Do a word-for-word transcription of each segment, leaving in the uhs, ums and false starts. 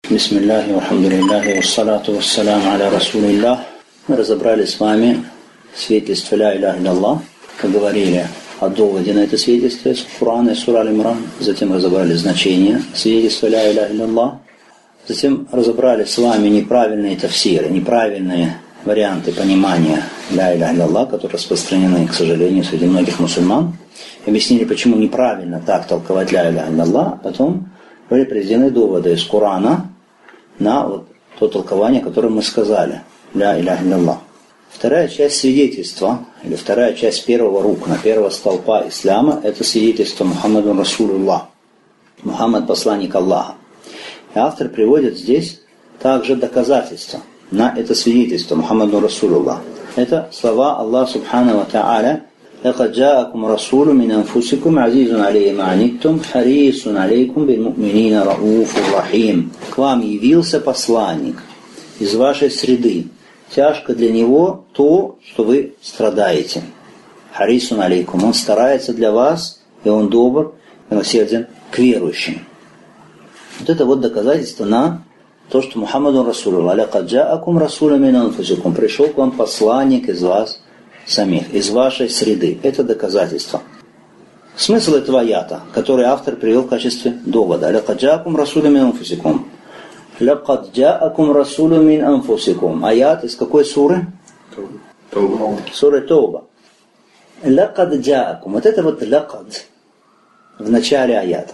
Бисмиллахи, алхамдулиллахи, вассалату вассаляму аля расулиллах. Мы разобрали с вами свидетельство ля иляха илляллах, поговорили о доводе на это свидетельство из Корана и сура Аль-Имран, затем разобрали значение свидетельства ля иляха илляллах, затем разобрали с вами неправильные тафсиры, неправильные варианты понимания ля иляха илляллах, которые распространены, к сожалению, среди многих мусульман, объяснили, почему неправильно так толковать ля иляха илляллах, потом были приведены доводы из Корана на вот то толкование, которое мы сказали, ля иляха илляллах. Вторая часть свидетельства, или вторая часть первого рукна, первого столпа ислама, это свидетельство Мухаммаду Расулуллах. Мухаммад посланник Аллаха. И автор приводит здесь также доказательства на это свидетельство Мухаммаду Расулуллах. Это слова Аллаха Субхану ва Та'аля: «Лакад джаакум расулу мин анфусикум азизун алейхи ма аниттум, харисун алейкум бил му'минина рауфур рахим». К вам явился посланник из вашей среды. Тяжко для него то, что вы страдаете. Харисун алейкум. Он старается для вас, и он добр, и милосерден к верующим. Вот это вот доказательство на то, что Мухаммаду Расулуллах. «Лакад джаакум расулу мин анфусикум». Пришел к вам посланник из вас самих, из вашей среды. Это доказательство. Смысл этого аята, который автор привел в качестве довода. «Лакад джаакум расулу мин анфусикум». «Лакад джаакум расулу мин анфусикум». Аят из какой суры? Тауба. Сура Тауба. «Лакад джаакум». Вот это вот «лакад» в начале аята.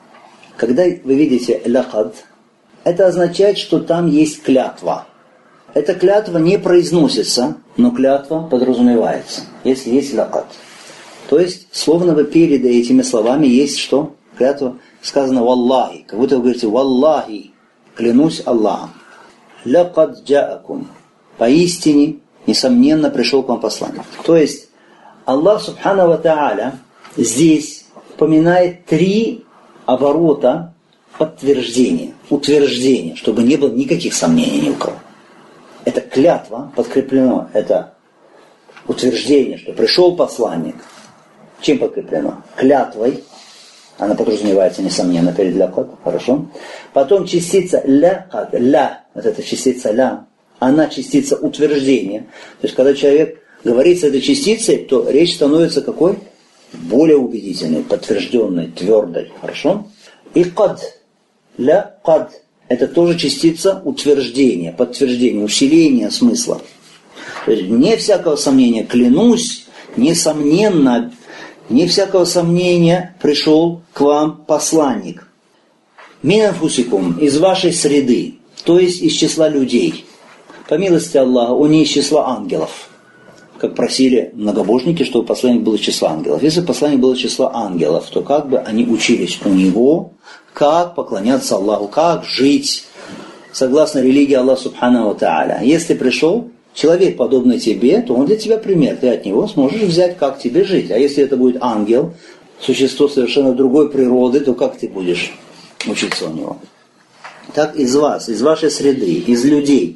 Когда вы видите «лакад», это означает, что там есть клятва. Эта клятва не произносится, но клятва подразумевается, если есть «лакад». То есть, словно бы перед этими словами есть что? Клятва сказано «валлахи». Как будто вы говорите «валлахи». Клянусь Аллахом. «Лакад джаакум». Поистине, несомненно, пришел к вам посланник. То есть, Аллах Субхану ва Та'аля здесь упоминает три оборота подтверждения, утверждения, чтобы не было никаких сомнений ни у кого. Это клятва, подкреплено, это утверждение, что пришел посланник. Чем подкреплено? Клятвой. Она подразумевается, несомненно, перед лякад. Хорошо. Потом частица лякад, ля, вот эта частица ля, она частица утверждения. То есть, когда человек говорит с этой частицей, то речь становится какой? Более убедительной, подтвержденной, твердой. Хорошо. И кад, ля, кад, это тоже частица утверждения, подтверждения, усиления смысла. То есть, вне всякого сомнения, клянусь, несомненно, не всякого сомнения пришел к вам посланник. Мин анфусикум, из вашей среды, то есть из числа людей. По милости Аллаха, он не из числа ангелов. Как просили многобожники, чтобы посланник был из числа ангелов. Если посланник был из числа ангелов, то как бы они учились у него, как поклоняться Аллаху, как жить согласно религии Аллаха Субхану ва Та'аля. Если пришел человек, подобный тебе, то он для тебя пример. Ты от него сможешь взять, как тебе жить. А если это будет ангел, существо совершенно другой природы, то как ты будешь учиться у него? Так из вас, из вашей среды, из людей.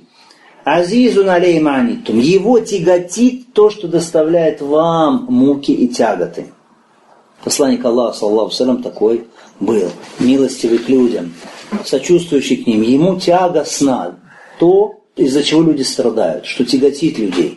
Азизун алейхи ма аниттум. Его тяготит то, что доставляет вам муки и тяготы. Посланник Аллаха, саллаллаху алейхи ва саллям, такой был. Милостивый к людям, сочувствующий к ним. Ему тягостно то, из-за чего люди страдают, что тяготит людей.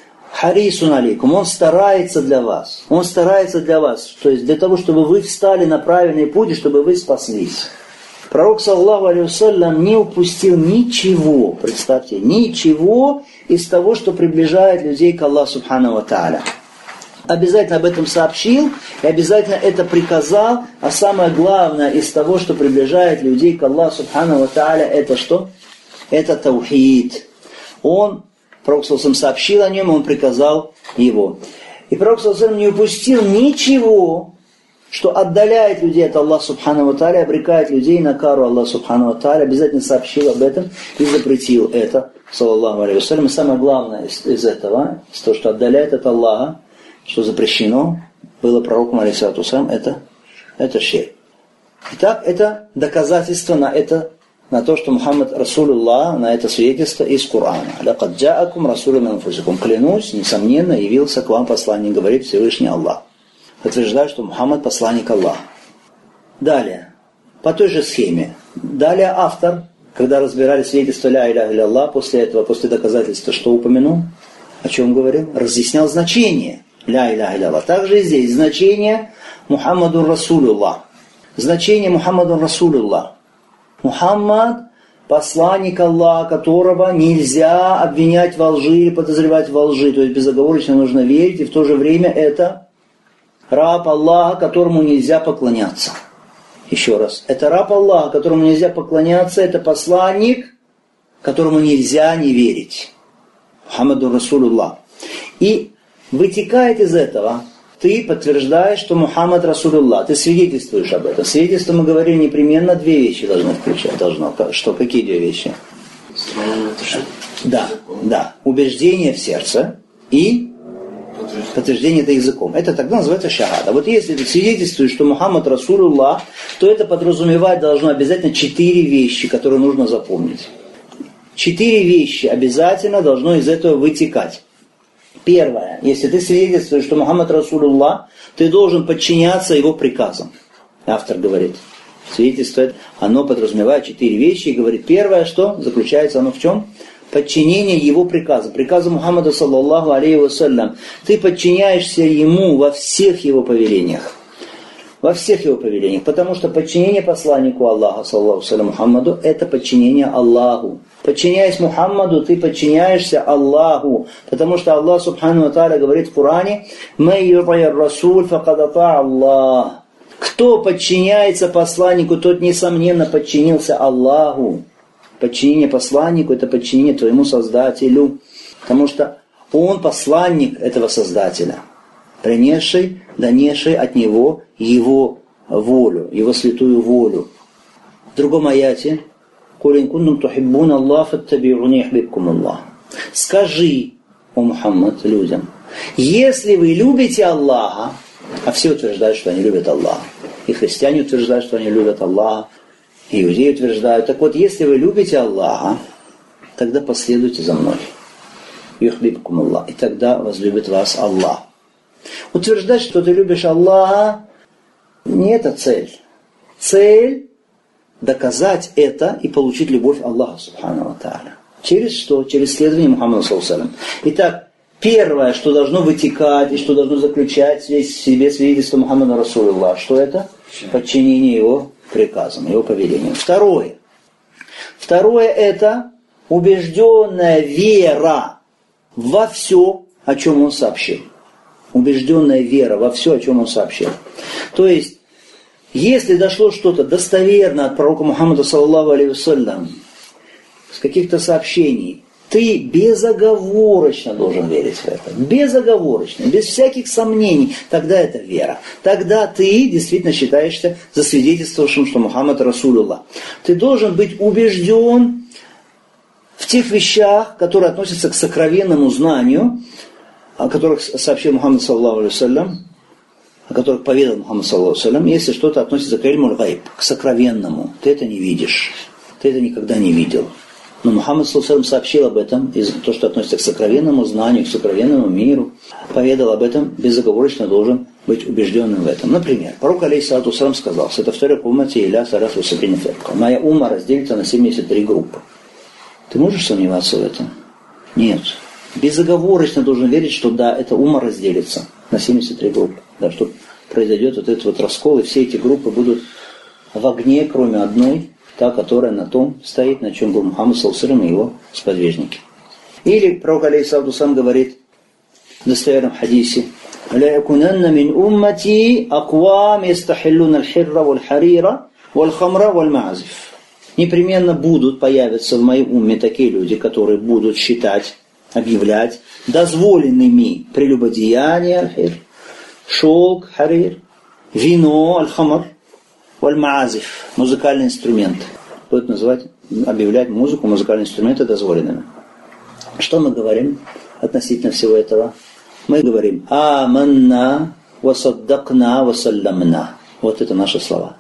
Харисун алейкум, он старается для вас. Он старается для вас, то есть для того, чтобы вы встали на правильный путь, и чтобы вы спаслись. Пророк, саллаллаху алейхи вассалям, не упустил ничего, представьте, ничего из того, что приближает людей к Аллаху Субхану ва Та'аля. Обязательно об этом сообщил, и обязательно это приказал, а самое главное из того, что приближает людей к Аллаху Субхану ва Та'аля, это что? Это таухид. Он, Пророк ﷺ сообщил о нем, он приказал его. И Пророк ﷺ не упустил ничего, что отдаляет людей от Аллаха Субхану ва Та'аля, обрекает людей на кару Аллаха Субхану ва Та'аля, обязательно сообщил об этом и запретил это, саллаллаху алейхи вассалям. И самое главное из, из этого, из того, что отдаляет от Аллаха, что запрещено, было пророком, алейхиссалату вассалям, это, это ширк. Итак, это доказательство на это, на то, что Мухаммад Расулуллах, на это свидетельство из Корана. «Лакад джаакум расулу мин анфусикум». Клянусь, несомненно, явился к вам посланник, говорит Всевышний Аллах. Утверждает, что Мухаммад посланник Аллаха. Далее, по той же схеме. Далее автор когда разбирали свидетельство ля иляха илля-Аллах, после этого, после доказательства, что упомянул? О чем говорил? Разъяснял значение ля иляха илля-Аллах. Также и здесь значение Мухаммаду Расулуллах. Значение Мухаммаду Расулуллах. Мухаммад – посланник Аллаха, которого нельзя обвинять во лжи или подозревать во лжи. То есть безоговорочно нужно верить, и в то же время это раб Аллаха, которому нельзя поклоняться. Еще раз. Это раб Аллаха, которому нельзя поклоняться, это посланник, которому нельзя не верить. Мухаммаду Расулуллах. И вытекает из этого, ты подтверждаешь, что Мухаммад Расулуллах. Ты свидетельствуешь об этом. Свидетельство, мы говорим, непременно две вещи должны включать. Должно. Что? Какие две вещи? Да, да. Убеждение в сердце и подтверждение это языком. Это тогда называется шахада. Вот если ты свидетельствуешь, что Мухаммад Расулуллах, то это подразумевать должно обязательно четыре вещи, которые нужно запомнить. Четыре вещи обязательно должно из этого вытекать. Первое. Если ты свидетельствуешь, что Мухаммад Расулуллах, ты должен подчиняться его приказам. Автор говорит. Свидетельствует, оно подразумевает четыре вещи и говорит, первое, что заключается оно в чем? Подчинение его приказам. Приказу Мухаммада, саллаллаху алейхи вассалям. Ты подчиняешься ему во всех его повелениях. Во всех его повелениях. Потому что подчинение посланнику Аллаха, саллаллаху алейхи Мухаммаду, это подчинение Аллаху. Подчиняясь Мухаммаду, ты подчиняешься Аллаху. Потому что Аллах, субхану ва тааля, говорит в Коране, «Мэй ютайр расуль факад ата Аллах». Кто подчиняется посланнику, тот, несомненно, подчинился Аллаху. Подчинение посланнику – это подчинение твоему Создателю. Потому что он посланник этого Создателя, принесший, донесший от него его волю, его святую волю. В другом аяте скажи, о Мухаммад, людям, если вы любите Аллаха, а все утверждают, что они любят Аллаха, и христиане утверждают, что они любят Аллаха, и иудеи утверждают, так вот, если вы любите Аллаха, тогда последуйте за мной. Юхбибкум Аллах, и тогда возлюбит вас Аллах. Утверждать, что ты любишь Аллаха, не это цель. Цель доказать это и получить любовь Аллаха, субхану ва тааля. Через что? Через следование Мухаммаду, саллаллаху алейхи ва саллям. Итак, первое, что должно вытекать и что должно заключать в себе свидетельство Мухаммада Расулуллах, что это? Подчинение его приказам, его повелениям. Второе. Второе это убежденная вера во все, о чем он сообщил. Убежденная вера во все, о чем он сообщил. То есть, если дошло что-то достоверно от пророка Мухаммада, саллаллаху алейхи вассалям, с каких-то сообщений, ты безоговорочно должен верить в это. Безоговорочно, без всяких сомнений. Тогда это вера. Тогда ты действительно считаешься засвидетельствовавшим, что Мухаммад Расулуллах. Ты должен быть убежден в тех вещах, которые относятся к сокровенному знанию, о которых сообщил Мухаммад, саллаллаху алейхи вассалям, о которых поведал Мухаммад, саллаллаху алейхи вассалям, если что-то относится к ильмуль гайб, к сокровенному. Ты это не видишь. Ты это никогда не видел. Но Мухаммад, саллаллаху алейхи вассалям, сообщил об этом, то, что относится к сокровенному знанию, к сокровенному миру, поведал об этом, безоговорочно должен быть убежденным в этом. Например, пророк, алейхиссалату вассалям, сказал, «Сатафтарик уммати иля саласу саб'ина фирка». Моя умма разделится на семьдесят три группы. Ты можешь сомневаться в этом? Нет. Безоговорочно должен верить, что да, эта умма разделится на семьдесят три группы. Да, что произойдет вот этот вот раскол, и все эти группы будут в огне, кроме одной, та, которая на том стоит, на чем был Мухаммад, саллаллаху алейхи ва саллям, и его сподвижники. Или пророк, алейхиссалату вассалям, говорит в достоверном хадисе, «Ля якунанна мин уммати аквам ястахиллуна аль-хирра валь-харира валь-хамра валь-маазиф». Непременно будут, появятся в моей умме такие люди, которые будут считать, объявлять дозволенными прелюбодеяния, аль-хир, шелк, харир, вино, аль-хамр, валь-маазиф, музыкальные инструменты. Будут называть, объявлять музыку, музыкальные инструменты дозволенными. Что мы говорим относительно всего этого? Мы говорим «Аманна васаддакна васалламна». Вот это наши слова.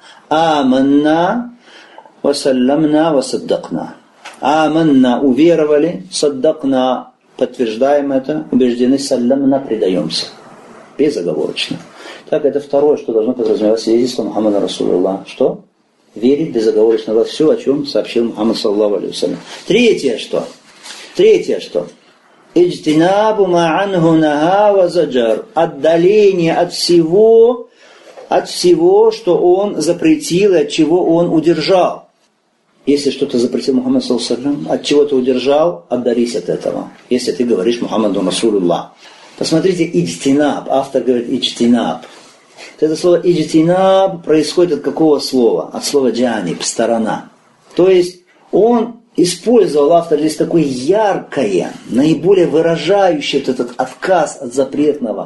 «Аманна васалламна васаддакна». «Аманна» уверовали, «саддакна» подтверждаем это, убеждены, «салламна» предаемся. Безоговорочно. Так, это второе, что должно подразумевать свидетельство Мухаммада Расулуллах. Что? верить безоговорочно во все, о чем сообщил Мухаммад саллаллаху алейхи вассалям. Третье что? Третье что? Иджтинабу ма'анху наха ва заджар. Отдаление от всего, от всего, что он запретил и от чего он удержал. Если что-то запретил Мухаммад саллаллаху алейхи вассалям, от чего ты удержал, отдались от этого. Если ты говоришь Мухаммаду Расулуллах. Посмотрите, иджтинаб. Автор говорит иджтинаб. Это слово иджтинаб происходит от какого слова? От слова джаниб, сторона. То есть он использовал, автор здесь такое яркое, наиболее выражающее вот этот отказ от запретного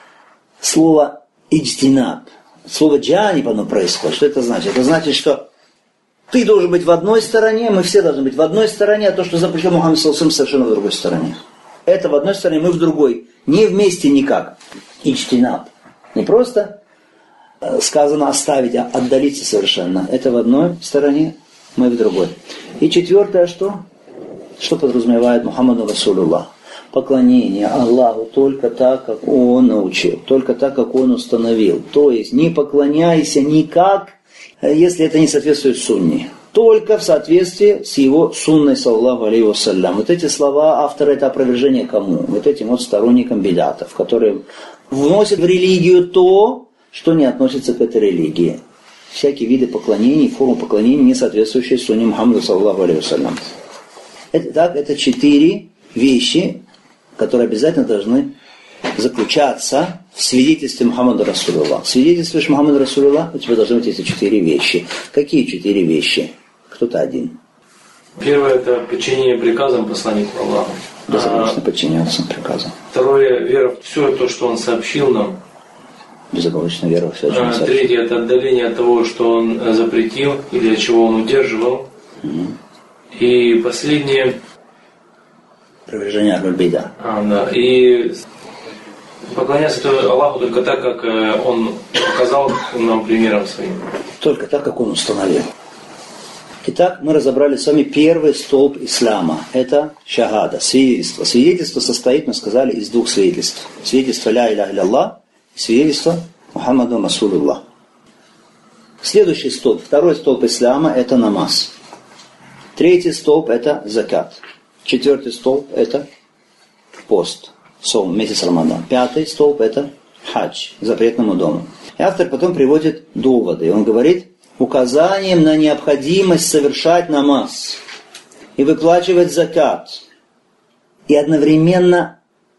слова иджтинаб. Слово джаниб оно происходит. Что это значит? Это значит, что ты должен быть в одной стороне, мы все должны быть в одной стороне, а то, что запретил Мухаммад саллаллаху алейхи вассалям, совершенно в другой стороне. Это в одной стороне, мы в другой. Не вместе никак. Иджтинаб. Не просто сказано оставить, а отдалиться совершенно. Это в одной стороне, мы в другой. И четвертое что? Что подразумевает Мухаммаду Расулуллах? Поклонение Аллаху только так, как Он научил, только так, как Он установил. То есть не поклоняйся никак, если это не соответствует сунне. Только в соответствии с его сунной, саллаллаху алейхи вассалям. Вот эти слова автора, это опровержение кому? Вот этим вот сторонникам бидатов, которые вносят в религию то, что не относится к этой религии. Всякие виды поклонений, формы поклонений, не соответствующие сунне Мухаммада, саллаллаху алейхи вассалям. Это, так, это четыре вещи, которые обязательно должны заключаться в свидетельстве Мухаммада Расулуллах. Свидетельствуешь Мухаммада Расулуллах, у тебя должны быть эти четыре вещи. Какие четыре вещи? Кто-то один. Первое – это подчинение приказам посланнику Аллаха. Безоговорочно а, подчиняться приказам. Второе – вера в все то, что он сообщил нам. Безоговорочно вера в все, что он сообщил. Третье – это отдаление от того, что он запретил или от чего он удерживал. Угу. И последнее – опровержение аль-бида. А, да. И поклоняться Аллаху только так, как Он показал нам примером своим. Только так, как Он установил. Итак, мы разобрали с вами первый столб ислама. Это шахада, свидетельство. Свидетельство состоит, мы сказали, из двух свидетельств. Свидетельство ля иляха илlallah и свидетельство Мухаммаду Расулуллах. Следующий столб, второй столб ислама – это намаз. Третий столб – это закат. Четвертый столб – это пост, сом, месяц Рамадан. Пятый столб – это хадж, запретному дому. И автор потом приводит доводы. Он говорит, указанием на необходимость совершать намаз и выплачивать закат. И одновременно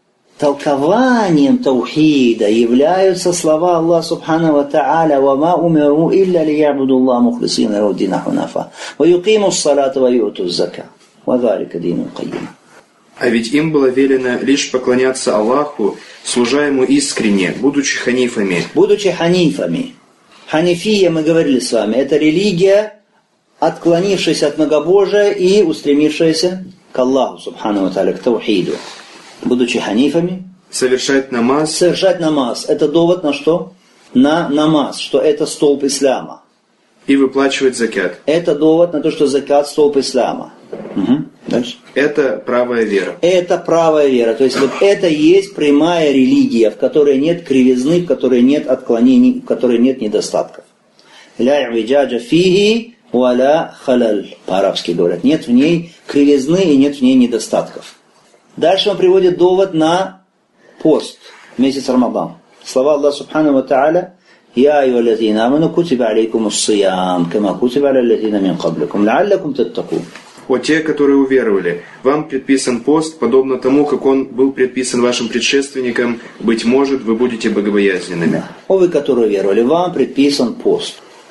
толкованием таухида являются слова Аллаха Субхану ва Тааля: «Вама умиру илля лиябуду Аллаха мухлисина лаху д-дина хунафа, ва юқиму с-салата ва ю'ту з-зака, ва залика динул қаййим». А ведь им было велено лишь поклоняться Аллаху, служа Ему искренне, будучи ханифами. Будучи ханифами. Ханифия, мы говорили с вами, это религия, отклонившаяся от многобожия и устремившаяся к Аллаху Субхану ва Тааля, к таухиду. Будучи ханифами, совершать намаз. Совершать намаз. Это довод на что? На намаз, что это столб ислама. И выплачивать закат. Это довод на то, что закат столб ислама. Угу. Дальше. Это правая вера. Это правая вера. То есть вот это есть прямая религия, в которой нет кривизны, в которой нет отклонений, в которой нет недостатков. Ля и'виджаджа фиги валя халаль. По-арабски говорят. Нет в ней кривизны и нет в ней недостатков. Дальше он приводит довод на пост, месяц Рамадан. Слова Аллаха Субхану ва Тааля: «Я айюхаллазина аману кутиба алейкумус сиям, кама кутиба аля аллазина мин кабликум, лааллакум таттакун». О те, которые уверовали, вам предписан пост, подобно тому, как он был предписан вашим предшественникам, быть может, вы будете богобоязненными. О вы, которые уверовали, вам предписан пост.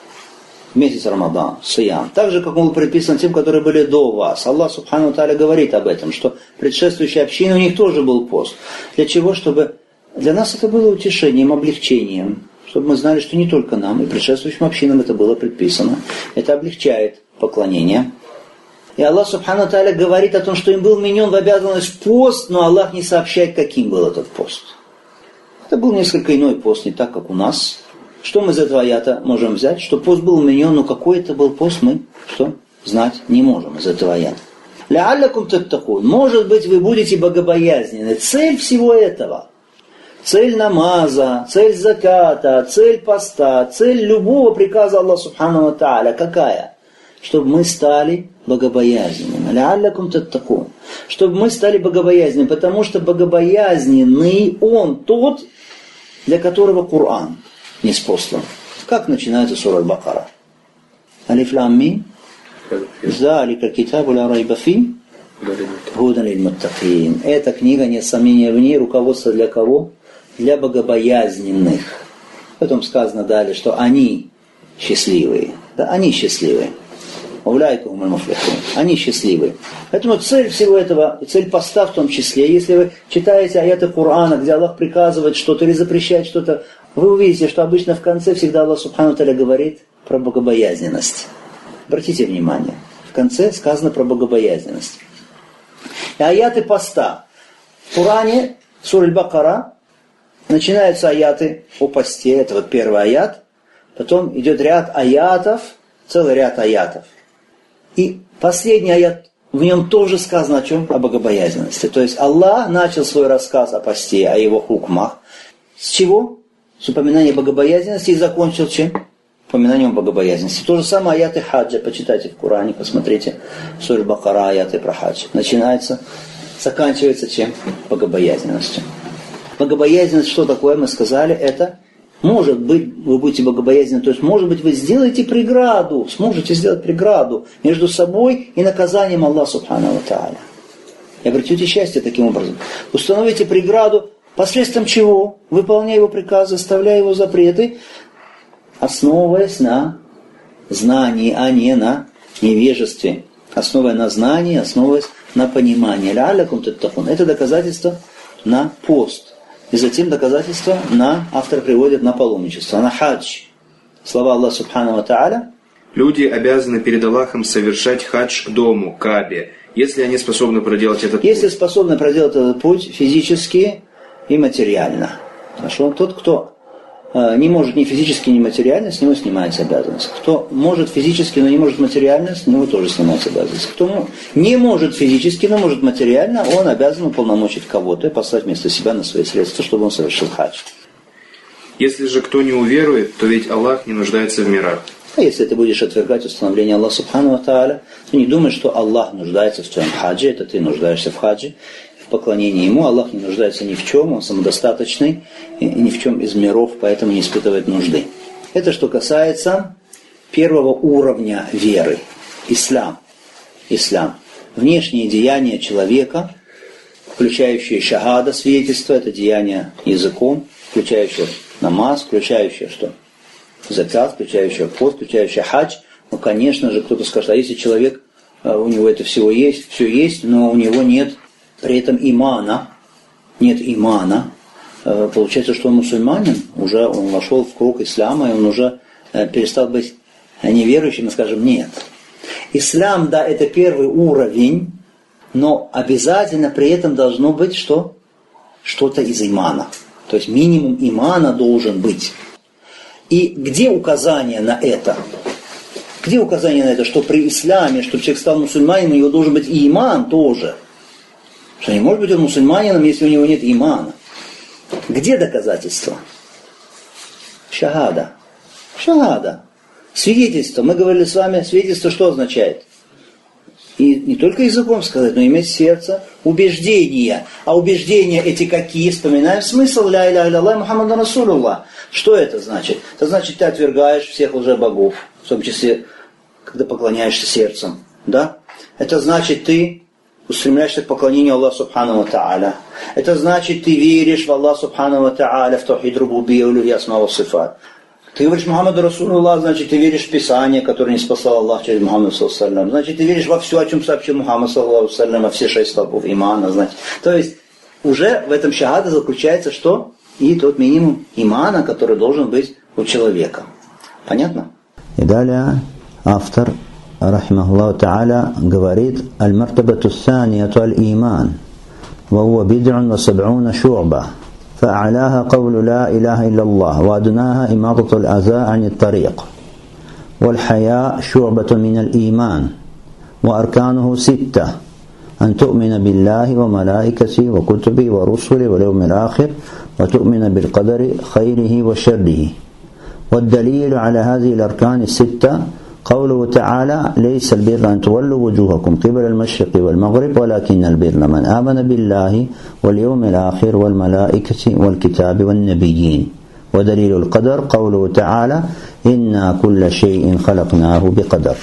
Месяц Рамадан, сиям. Так же, как он был предписан тем, которые были до вас. Аллах Субхану ва Тааля говорит об этом, что предшествующие общины, у них тоже был пост. Для чего? Чтобы для нас это было утешением, облегчением. Чтобы мы знали, что не только нам, и предшествующим общинам это было предписано. Это облегчает поклонение. И Аллах Субхану ва Тааля говорит о том, что им был вменен в обязанность пост, но Аллах не сообщает, каким был этот пост. Это был несколько иной пост, не так, как у нас. Что мы из этого аята можем взять? Что пост был вменен, но какой это был пост, мы что? Знать не можем из этого аята. Лааллакум таттакун. Может быть, вы будете богобоязненны. Цель всего этого, цель намаза, цель заката, цель поста, цель любого приказа Аллаха Субхану ва Тааля какая? Чтобы мы стали богобоязненными. Ла'аллякум таттакун. Чтобы мы стали богобоязненными, потому что богобоязненный он тот, для которого Коран ниспослан. Как начинается сура Аль-Бакара? Алиф лам мим. Залика китабу ла райба фи. Худан лиль-муттакин. Эта книга, нет сомнения в ней, руководство для кого? Для богобоязненных. Потом сказано далее, что они счастливые. Да, они счастливые. Они счастливы. Поэтому цель всего этого, цель поста в том числе, если вы читаете аяты Корана, где Аллах приказывает что-то или запрещает что-то, вы увидите, что обычно в конце всегда Аллах Субхану ва Тааля говорит про богобоязненность. Обратите внимание, в конце сказано про богобоязненность. И аяты поста. В Коране, сура Аль-Бакара, начинаются аяты о посте, это вот первый аят, потом идет ряд аятов, целый ряд аятов. И последний аят, в нем тоже сказано о чем? О богобоязненности. То есть Аллах начал свой рассказ о посте, о его хукмах. С чего? С упоминания богобоязненности и закончил чем? Упоминанием богобоязненности. То же самое аяты хаджа. Почитайте в Коране, посмотрите. Сура Бакара, аяты про хадж. Начинается, заканчивается чем? Богобоязненностью. Богобоязненность, что такое, мы сказали, это может быть, вы будете богобоязненны, то есть, может быть, вы сделаете преграду, сможете сделать преграду между собой и наказанием Аллаха Субхану ва Тааля. И обретете счастье таким образом. Установите преграду, посредством чего? Выполняя его приказы, оставляя его запреты, основываясь на знании, а не на невежестве. Основываясь на знании, основываясь на понимании. Ла'аллякум таттакун. Это доказательство на пост. И затем доказательства на, автор приводит на паломничество, на хадж. Слова Аллаха Субхану ва Тааля. Люди обязаны перед Аллахом совершать хадж к дому, Каабе, если они способны проделать этот если путь. Если способны проделать этот путь физически и материально. Хорошо? Тот, кто э, не может ни физически, ни материально, с него снимается обязанность. Кто может физически, но не может материально, с него тоже снимается обязанность. Кто не может физически, но может материально, он обязан уполномочить кого-то и послать вместо себя на свои средства, чтобы он совершил хадж. Если же кто не уверует, то ведь Аллах не нуждается в мирах. А если ты будешь отвергать установление Аллаха Субхану ва Тааля, то не думай, что Аллах нуждается в твоем хадже, это ты нуждаешься в хадже, в поклонении Ему. Аллах не нуждается ни в чем, Он самодостаточный, и ни в чем из миров, поэтому не испытывает нужды. Это что касается первого уровня веры, ислам. Ислам. Внешние деяния человека, включающие шахада, свидетельство, это деяние языком, включающее намаз, включающее что? Закат, включающее пост, включающее хадж. Ну, конечно же, кто-то скажет, а если человек, у него это всего есть, все есть, но у него нет при этом имана, нет имана, получается, что он мусульманин, уже он вошел в круг ислама, и он уже перестал быть неверующим, и скажем, нет. Ислам, да, это первый уровень, но обязательно при этом должно быть что? Что-то из имана. То есть минимум имана должен быть. И где указание на это? Где указание на это, что при исламе, чтобы человек стал мусульманином, у него должен быть и иман тоже? Что не может быть он мусульманином, если у него нет имана. Где доказательства? Шахада. Шахада. Свидетельство. Мы говорили с вами, свидетельство что означает? И не только языком сказать, но иметь сердце. Убеждения. А убеждения эти какие? Вспоминаем смысл. Ля иля илля Аллах Мухаммаду Расулуллах. Что это значит? Это значит, ты отвергаешь всех лжебогов. В том числе, когда поклоняешься сердцем. Да? Это значит, ты устремляешься к поклонению Аллаху Субхану ва Тааля. Это значит, ты веришь в Аллаха Субхану ва Тааля, в таухид рубубия, улюхия, асма ва сифат. Ты говоришь Мухаммаду Расулуллах, значит, ты веришь в Писание, которое не спасал Аллах через Мухаммада саллаллаху алейхи ва саллям. Значит, ты веришь во все, о чем сообщил Мухаммад саллаллаху алейхи ва саллям, во все шесть столпов имана. Значит. То есть, уже в этом шахаде заключается что? И тот минимум имана, который должен быть у человека. Понятно? И далее автор, рахимахуллаху та'аля, говорит: «Аль-мартабату ссанияту аль-иман, ва хуа бид'ун ва саб'уна шу'ба». فأعلاها قول لا إله إلا الله وأدناها إماطة الأذى عن الطريق والحياء شعبة من الإيمان وأركانه ستة أن تؤمن بالله وملائكته وكتبه ورسله واليوم الآخر وتؤمن بالقدر خيره وشره. والدليل على هذه الأركان الستة قوله تعالى ليس البر أن تولوا وجوهكم قبل المشرق والمغرب ولكن البر من آمن بالله واليوم الآخر والملائكة والكتاب والنبيين. ودليل القدر قوله تعالى إنا كل شيء خلقناه بقدر.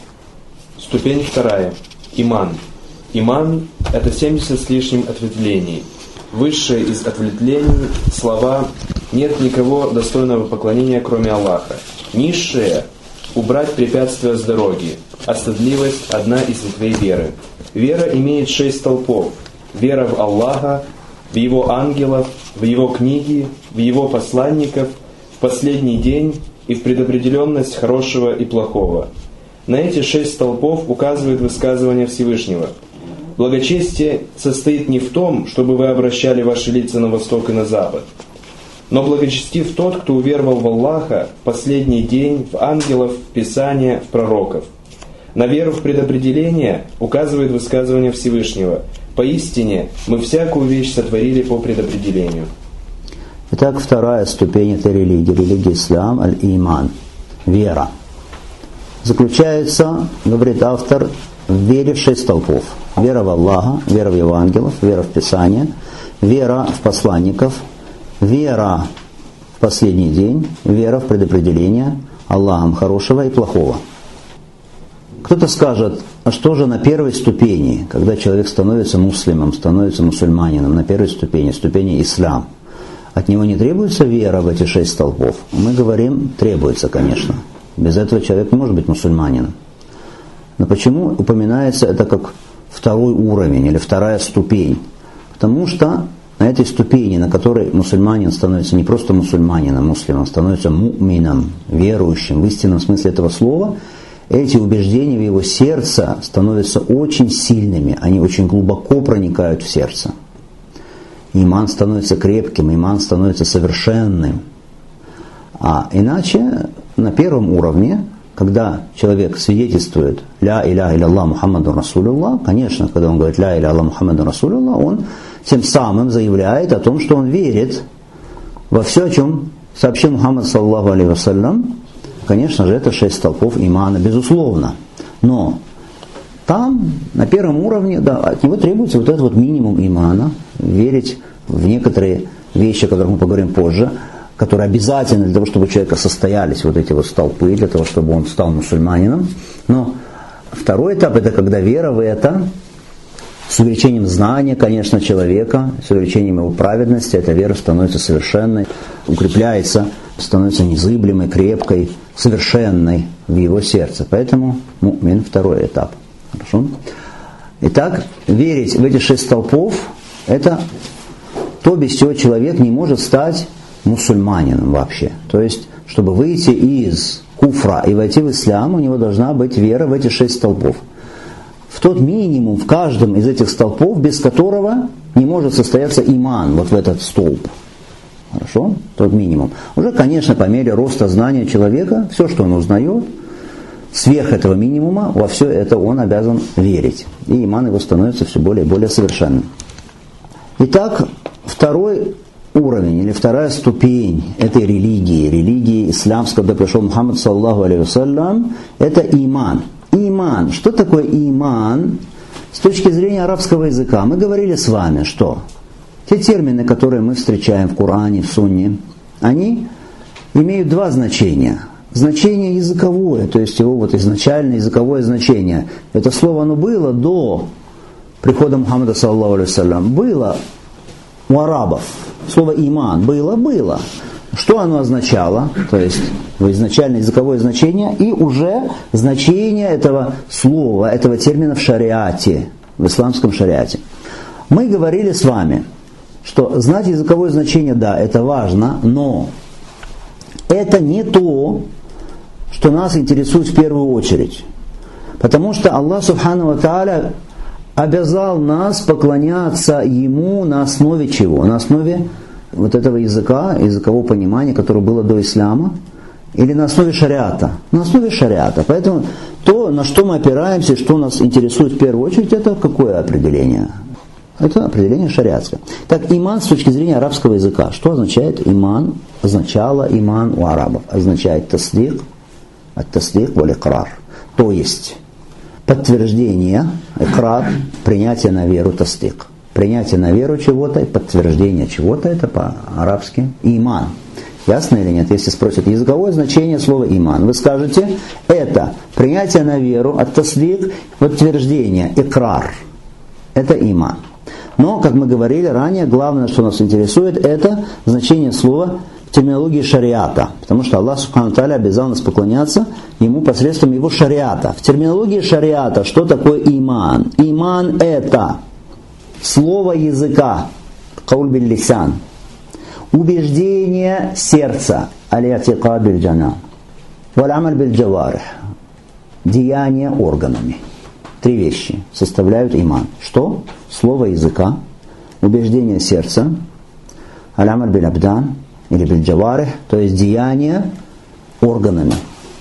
Ступень вторая. Иман. Иман – это семьдесят с лишним ответвлений. Высшее из ответвлений – слова «нет никого достойного поклонения, кроме Аллаха». Низшее – убрать препятствия с дороги, а стыдливость – одна из ветвей веры. Вера имеет шесть столпов. Вера в Аллаха, в Его ангелов, в Его книги, в Его посланников, в последний день и в предопределенность хорошего и плохого. На эти шесть столпов указывает высказывание Всевышнего. Благочестие состоит не в том, чтобы вы обращали ваши лица на восток и на запад, но благочестив тот, кто уверовал в Аллаха, в последний день, в ангелов, в Писание, в пророков. На веру в предопределение указывает высказывание Всевышнего. Поистине, мы всякую вещь сотворили по предопределению. Итак, вторая ступень этой религии, религия ислам, аль-иман, вера, заключается, говорит автор, в вере в шесть столпов. Вера в Аллаха, вера в Его ангелов, вера в Писание, вера в посланников, вера в последний день, вера в предопределение Аллахом хорошего и плохого. Кто-то скажет, а что же на первой ступени, когда человек становится муслимом, становится мусульманином, на первой ступени, ступени ислам, от него не требуется вера в эти шесть столпов? Мы говорим, требуется, конечно. Без этого человек не может быть мусульманином. Но почему упоминается это как второй уровень или вторая ступень? Потому что на этой ступени, на которой мусульманин становится не просто мусульманином, муслимом, становится мумином, верующим в истинном смысле этого слова, эти убеждения в его сердце становятся очень сильными, они очень глубоко проникают в сердце. Иман становится крепким, иман становится совершенным. А иначе на первом уровне, когда человек свидетельствует «Ля иляха илля Мухаммаду Расулуллах», конечно, когда он говорит «Ля иляха Мухаммаду Расулуллах», он тем самым заявляет о том, что он верит во все, о чем сообщил Мухаммад саллаллаху алейхи вассалям. Конечно же, это шесть столпов имана, безусловно. Но там, на первом уровне, да, от него требуется вот этот вот минимум имана, верить в некоторые вещи, о которых мы поговорим позже, которые обязательны для того, чтобы у человека состоялись вот эти вот столпы, для того, чтобы он стал мусульманином. Но второй этап – это когда вера в это, с увеличением знания, конечно, человека, с увеличением его праведности, эта вера становится совершенной, укрепляется, становится незыблемой, крепкой, совершенной в его сердце. Поэтому мумин, второй этап. Хорошо? Итак, верить в эти шесть столпов – это то, без чего человек не может стать мусульманином вообще. То есть, чтобы выйти из куфра и войти в ислам, у него должна быть вера в эти шесть столпов. В тот минимум, в каждом из этих столпов, без которого не может состояться иман, вот в этот столб. Хорошо? Тот минимум. Уже, конечно, по мере роста знания человека, все, что он узнает, сверх этого минимума, во все это он обязан верить. И иман его становится все более и более совершенным. Итак, второй уровень или вторая ступень этой религии, религии исламской, когда пришел Мухаммад саллаллаху алейхи вассалям, это иман. Иман. Что такое иман с точки зрения арабского языка? Мы говорили с вами, что те термины, которые мы встречаем в Коране, в Сунне, они имеют два значения. Значение языковое, то есть его вот изначальное языковое значение. Это слово оно было до прихода Мухаммада саллаллаху алейхи вассалям. Было у арабов. Слово иман было, было. Что оно означало? То есть изначальное языковое значение и уже значение этого слова, этого термина в шариате, в исламском шариате. Мы говорили с вами, что знать языковое значение, да, это важно, но это не то, что нас интересует в первую очередь. Потому что Аллах Субхану ва Тааля обязал нас поклоняться Ему на основе чего? На основе вот этого языка, языкового понимания, которое было до ислама, или на основе шариата? На основе шариата. Поэтому то, на что мы опираемся, что нас интересует в первую очередь, это какое определение? Это определение шариатское. Так, иман с точки зрения арабского языка. Что означает иман? Означало иман у арабов. Означает таслик, ат-таслик валь-икрар. То есть подтверждение, икрар, принятие на веру, таслик. Принятие на веру чего-то и подтверждение чего-то, это по-арабски иман. Ясно или нет? Если спросят языковое значение слова иман, вы скажете, это принятие на веру, ат-таслик, подтверждение, икрар. Это иман. Но, как мы говорили ранее, главное, что нас интересует, это значение слова в терминологии шариата. Потому что Аллах Субхану Тааля обязал нас поклоняться Ему посредством Его шариата. В терминологии шариата что такое иман? Иман это слово языка, кауль биль-лисан, убеждение сердца, аль-и'тикад биль-джанан, валь-амаль биль-джаварих, деяние органами. Три вещи составляют иман. Что? Слово языка, убеждение сердца, аль-амаль биль-абдан или биль-джаварих, то есть деяние органами.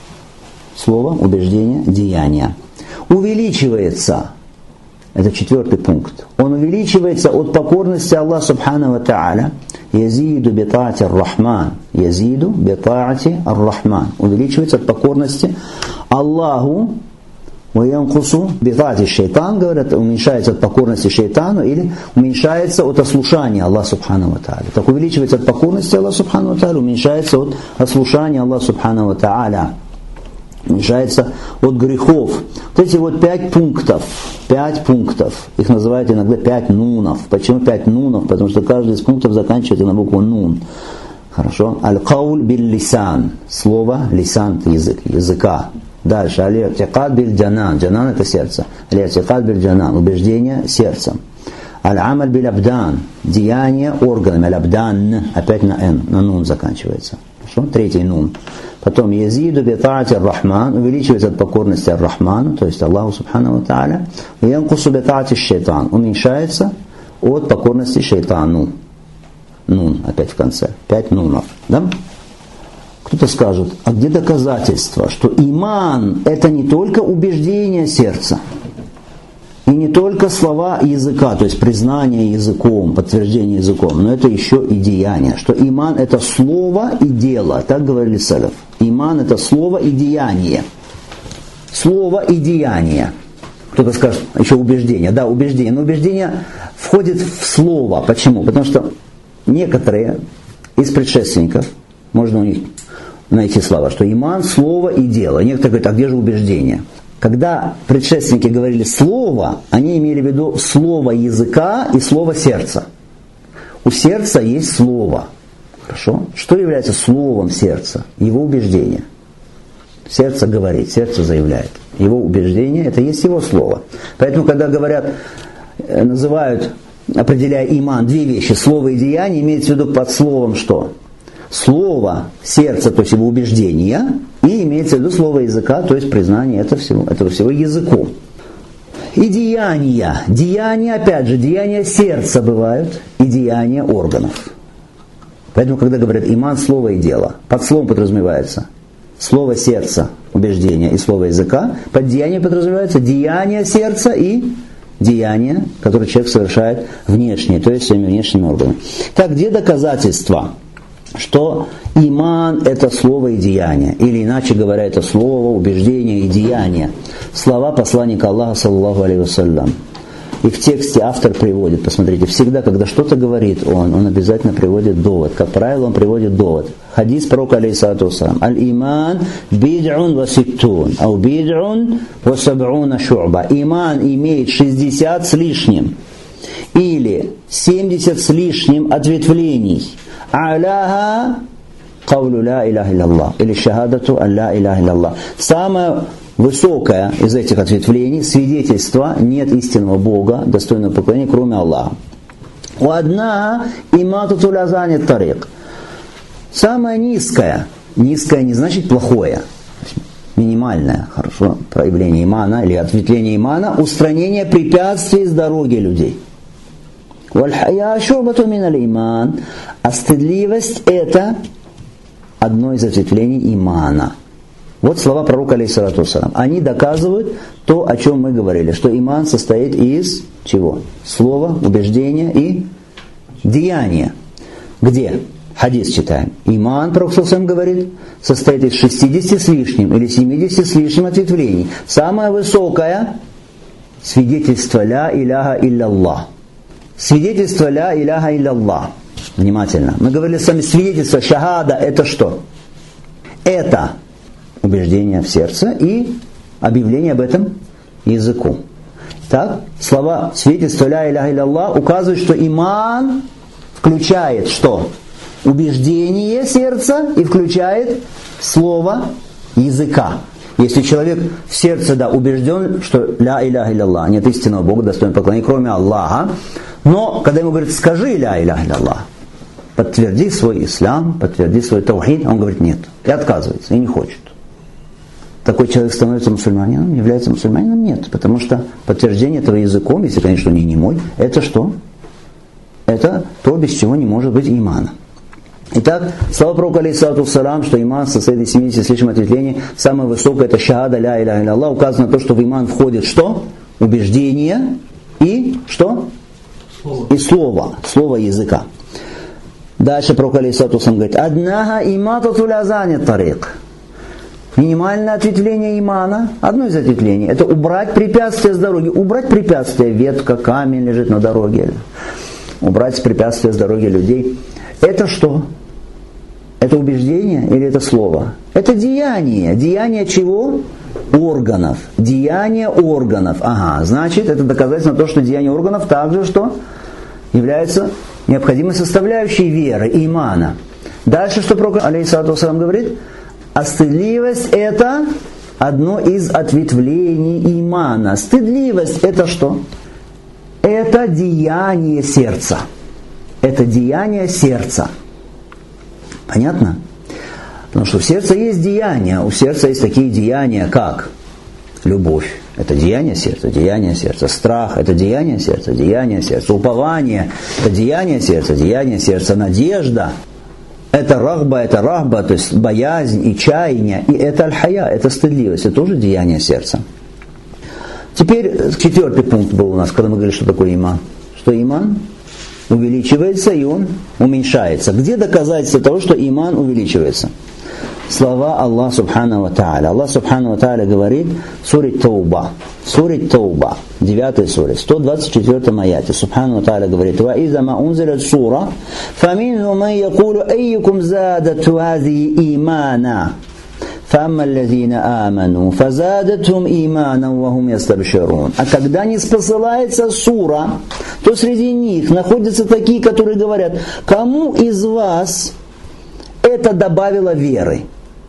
Слово, убеждение, деяние. Увеличивается, это четвертый пункт, он увеличивается от покорности Аллаха Субхану ва Тааля. Язиду битаати ар-Рахман. Язиду битаати ар-Рахман. Увеличивается от покорности Аллаху. Ваянкусу битаати шайтан, говорят, уменьшается от покорности шайтану или уменьшается от ослушания Аллаха Субхану ва Тааля. Так увеличивается от покорности Аллаха Субхану ва Тааля, уменьшается от ослушания Аллаха Субхану ва Тааля. Уменьшается от грехов. Вот эти вот пять пунктов, пять пунктов, их называют иногда пять нунов. Почему пять нунов? Потому что каждый из пунктов заканчивается на букву нун. Хорошо? Аль-кауль биль-лисан. Слово, лисан – это язык, языка. Дальше. Аль-и'тикад биль-джанан. Джанан – это сердце. Аль-и'тикад биль-джанан. Убеждение сердцем. Аль-амаль биль-абдан. Деяние органами. Аль-абдан. Опять на н, на нун заканчивается. Хорошо? Третий нун. Потом язиду битаати ар-Рахман, увеличивается от покорности ар-Рахману, то есть Аллаху Субхану ва Тааля. Янкусу битаати шайтан, уменьшается от покорности шайтану. Нун, опять в конце. Пять нунов. Да? Кто-то скажет, а где доказательства, что иман это не только убеждение сердца, и не только слова языка, то есть признание языком, подтверждение языком, но это еще и деяние. Что иман это слово и дело. Так говорили салаф. Иман это слово и деяние. Слово и деяние. Кто-то скажет, еще убеждение. Да, убеждение. Но убеждение входит в слово. Почему? Потому что некоторые из предшественников, можно у них найти слова, что иман, слово и дело. Некоторые говорят, а где же убеждение? Когда предшественники говорили слово, они имели в виду слово языка и слово сердца. У сердца есть слово. Хорошо? Что является словом сердца? Его убеждение. Сердце говорит, сердце заявляет. Его убеждение – это есть его слово. Поэтому, когда говорят, называют, определяя иман, две вещи, слово и деяние, имеется в виду под словом что? Слово сердца, то есть его убеждение, и имеется в виду слово языка, то есть признание этого всего, этого всего языком. И деяния. Деяния, опять же, деяния сердца бывают, и деяния органов. Поэтому, когда говорят иман, слово и дело, под словом подразумевается слово сердца, убеждение, и слово языка, под деянием подразумевается деяние сердца и деяния, которые человек совершает внешние, то есть своими внешними органами. Так, где доказательства, что иман это слово и деяние, или иначе говоря, это слово, убеждение и деяние. Слова посланника Аллаха, саллаллаху алейхи вассалям. И в тексте автор приводит, посмотрите, всегда, когда что-то говорит он, он обязательно приводит довод. Как правило, он приводит довод. Хадис пророка, алейхиссалату вассалям. Аль-иман бид'ун ва ситтун, ау бид'ун ва саб'уна шу'ба. Иман имеет шестьдесят с лишним, или семьдесят с лишним ответвлений. Аляха кавлю ла иляха илляллах, или шахадату ан ла иляха илляллах. Самое высокое из этих ответвлений свидетельство нет истинного Бога, достойного поклонения, кроме Аллаха. У одна иматату лазани тарик. Самое низкое, низкое не значит плохое, минимальное, хорошо, проявление имана или ответвление имана, устранение препятствий с дороги людей. Валь-хая шубату мин аль-иман. А стыдливость это одно из ответвлений имана. Вот слова пророка, алейхиссалату вассалям. Они доказывают то, о чем мы говорили, что иман состоит из чего? Слова, убеждения и деяния. Где? Хадис читаем. Иман, Пророк сам говорит, состоит из шестидесяти с лишним или семидесяти с лишним ответвлений. Самое высокое – свидетельство ля иляха илляллах. Свидетельство ля иляха илляллах. Внимательно. Мы говорили с вами, свидетельство шахада – это что? Это убеждение в сердце и объявление об этом языку. Так, слова свидетельство ля иляха илляллах указывают, что иман включает что? Убеждение сердца и включает слово языка. Если человек в сердце, да, убежден, что ля иляха илляллах, нет истинного Бога, достоин поклонения, кроме Аллаха, но когда ему говорят, скажи ля иляха илляллах, подтверди свой ислам, подтверди свой таухид, он говорит нет, и отказывается, и не хочет. Такой человек становится мусульманином, является мусульманином? Нет, потому что подтверждение этого языком, если, конечно, не немой, это что? Это то, без чего не может быть имана. Итак, слава пророку алейхиссалату вассалам, что иман состоит из семидесяти с лишним ответвлений. Самое высокое это шахада ля иляха илляллах. Указано то, что в иман входит что? Убеждение и что? Слово. И слово. Слово языка. Дальше пророк алейхиссалату вассалам говорит: «Аднаха иматату лязани тарик». Минимальное ответвление имана, одно из ответвлений, это убрать препятствия с дороги. Убрать препятствия, ветка, камень лежит на дороге. Убрать препятствия с дороги людей. Это что? Это убеждение или это слово? Это деяние. Деяние чего? Органов. Деяние органов. Ага, значит, это доказательство того, что деяние органов также что? Является необходимой составляющей веры, имана. Дальше, что пророк алейхиссалату вассалам говорит? А стыдливость это одно из ответвлений имана. Стыдливость это что? Это деяние сердца. Это деяние сердца. Понятно? Потому что в сердце есть деяния. У сердца есть такие деяния, как любовь. Это деяние сердца, деяние сердца. Страх – это деяние сердца, деяние сердца. Упование – это деяние сердца, деяние сердца. Надежда – это рахба, это рахба, то есть боязнь и чаяние. И это аль-хая, это стыдливость. Это тоже деяние сердца. Теперь четвертый пункт был у нас, когда мы говорили, что такое иман. Что иман увеличивается и он уменьшается. Где доказательство того, что иман увеличивается? Слова Аллаха Субхану ва Тааля. Аллах Субхану ва Тааля говорит в суре Тауба. Суре Тауба, девятой суре, сто двадцать четвёртом аяте. Субхану ва Тааля говорит: «Ва иза ма унзилат сура, фаминху ман якулу айюкум задату хази имана». فَأَمَّا الَّذِينَ آمَنُوا فَزَادَتْهُمْ إِيمَانًا وَهُمْ يَسْتَبْشِرُونَ. А когда не спосылается сура, то среди них находятся такие, которые говорят: кому из вас это добавило веры?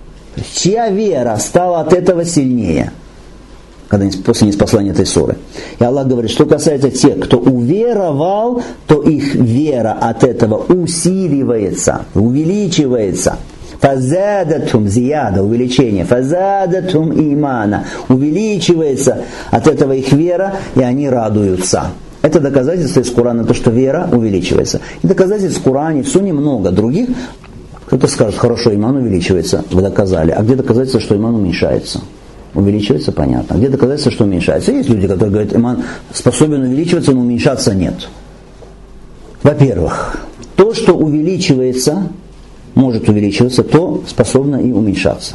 Чья вера стала от этого сильнее? Когда после неспослания этой суры. И Аллах говорит, что касается тех, кто уверовал, то их вера от этого усиливается, увеличивается. Фазадатхум зияда, увеличение. Фазадатхум имана, увеличивается от этого их вера, и они радуются. Это доказательство из Корана, то, что вера увеличивается. И доказательств в Коране, в Сунне много других. Кто-то скажет: хорошо, иман увеличивается, вы доказали. А где доказательство, что иман уменьшается? Увеличивается, понятно. А где доказательство, что уменьшается? Есть люди, которые говорят: иман способен увеличиваться, но уменьшаться нет. Во-первых, то, что увеличивается, может увеличиваться, то способно и уменьшаться.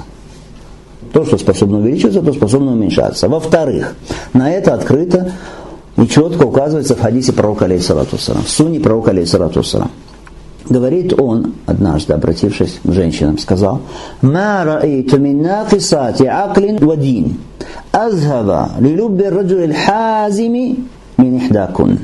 То, что способно увеличиваться, то способно уменьшаться. Во-вторых, на это открыто и четко указывается в хадисе пророка алейхиссалату вассалам, в сунне пророка алейхиссалату вассалам. Говорит он, однажды обратившись к женщинам, сказал: «Ма ра'айту мин нақисати аклин ва дин азхаба лилубби раджули аль-хазими мин ихдакун».